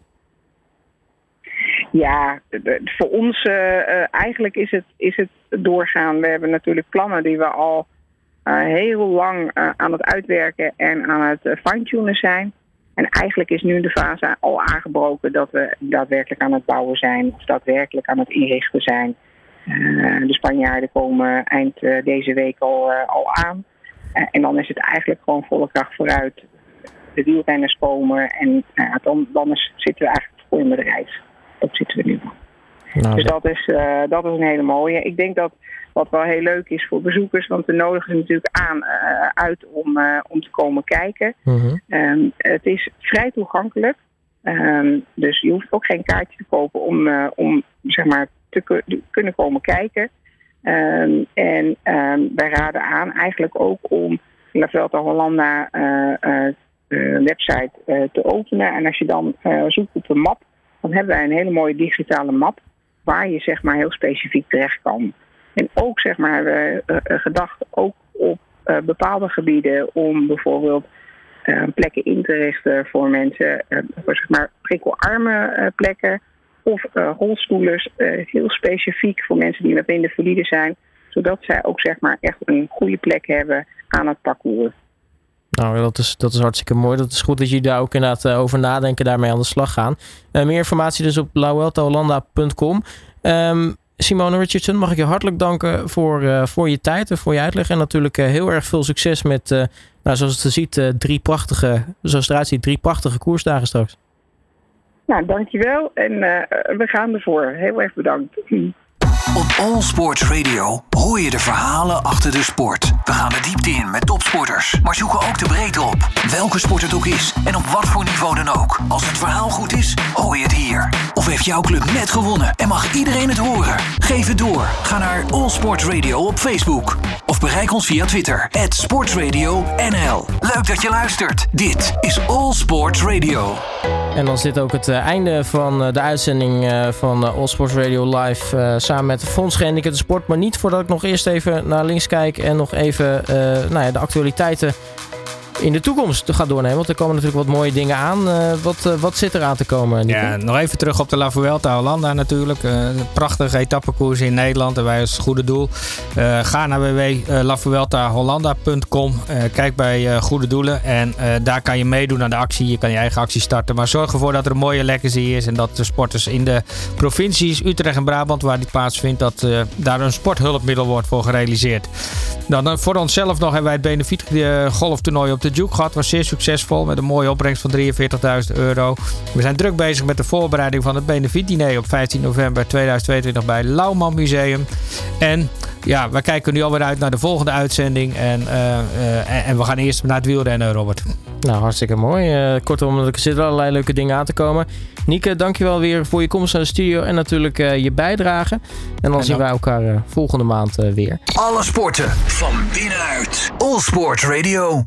Ja, de, voor ons uh, uh, eigenlijk is het, is het doorgaan. We hebben natuurlijk plannen die we al uh, heel lang uh, aan het uitwerken en aan het uh, fine-tunen zijn. En eigenlijk is nu de fase al aangebroken dat we daadwerkelijk aan het bouwen zijn. Of daadwerkelijk aan het inrichten zijn. Uh, de Spanjaarden komen eind uh, deze week al, uh, al aan. Uh, en dan is het eigenlijk gewoon volle kracht vooruit. de wielrenners komen. En uh, dan, dan is, zitten we eigenlijk voor een bedrijf. Dat zitten we nu. Nou, dus dat is, uh, dat is een hele mooie. Ik denk dat wat wel heel leuk is voor bezoekers, want we nodigen ze natuurlijk aan uh, uit om, uh, om te komen kijken. Uh-huh. Um, het is vrij toegankelijk. Um, dus je hoeft ook geen kaartje te kopen om, uh, om zeg maar, te ku- kunnen komen kijken. Um, en um, wij raden aan eigenlijk ook om La Vuelta Hollanda uh, uh, uh, website uh, te openen. En als je dan uh, zoekt op een map, dan hebben wij een hele mooie digitale map waar je zeg maar heel specifiek terecht kan. En ook zeg maar uh, uh, gedacht ook op uh, bepaalde gebieden om bijvoorbeeld uh, plekken in te richten voor mensen, uh, voor zeg maar prikkelarme uh, plekken of uh, rolstoelers, uh, heel specifiek voor mensen die met invalide zijn, zodat zij ook zeg maar echt een goede plek hebben aan het parcours. Nou, dat is, dat is hartstikke mooi. Dat is goed dat jullie daar ook inderdaad uh, over nadenken, daarmee aan de slag gaan. Uh, meer informatie dus op la vuelta hollanda punt com. Um, Simone Richardson, mag ik je hartelijk danken voor, uh, voor je tijd en voor je uitleg. En natuurlijk uh, heel erg veel succes met, uh, nou, zoals het ziet, uh, drie prachtige, zoals het eruit ziet, drie prachtige koersdagen straks. Nou, dankjewel. En uh, we gaan ervoor. Heel erg bedankt. Op All Sports Radio hoor je de verhalen achter de sport. We gaan de diepte in met topsporters, maar zoeken ook de breedte op. Welke sport het ook is en op wat voor niveau dan ook. Als het verhaal goed is, hoor je het hier. Of heeft jouw club net gewonnen en mag iedereen het horen? Geef het door. Ga naar All Sports Radio op Facebook. Of bereik ons via Twitter, at sportsradio N L. Leuk dat je luistert. Dit is All Sports Radio. En dan zit ook het uh, einde van uh, de uitzending uh, van uh, All Sports Radio Live uh, samen met Fonds Gehandicapten Sport. Maar niet voordat ik nog eerst even naar links kijk en nog even uh, nou ja, de actualiteiten in de toekomst ga doornemen. Want er komen natuurlijk wat mooie dingen aan. Uh, wat, uh, wat zit er aan te komen, Nico? Ja, nog even terug op de La Vuelta Hollanda natuurlijk. Uh, een prachtige etappekoers in Nederland en wij als goede doel. Uh, ga naar w w w punt la vuelta hollanda punt com. Uh, kijk bij uh, Goede Doelen en uh, daar kan je meedoen aan de actie. Je kan je eigen actie starten. Maar zorg ervoor dat er een mooie legacy is en dat de sporters in de provincies Utrecht en Brabant, waar die plaatsvindt, dat uh, daar een sporthulpmiddel wordt voor gerealiseerd. Dan uh, voor onszelf nog hebben wij het benefiet uh, golftoernooi op de Duke gehad. Was zeer succesvol met een mooie opbrengst van drieënveertigduizend euro. We zijn druk bezig met de voorbereiding van het benefietdiner op vijftien november tweeduizend tweeëntwintig bij Lauwman Museum. En ja, we kijken nu alweer uit naar de volgende uitzending. En, uh, uh, en we gaan eerst naar het wielrennen, Robert. Nou, hartstikke mooi. Uh, kortom, er zitten allerlei leuke dingen aan te komen. Nieke, dankjewel weer voor je komst naar de studio en natuurlijk uh, je bijdrage. En dan, dan zien wij elkaar uh, volgende maand uh, weer. Alle sporten van binnenuit. All Sports Radio.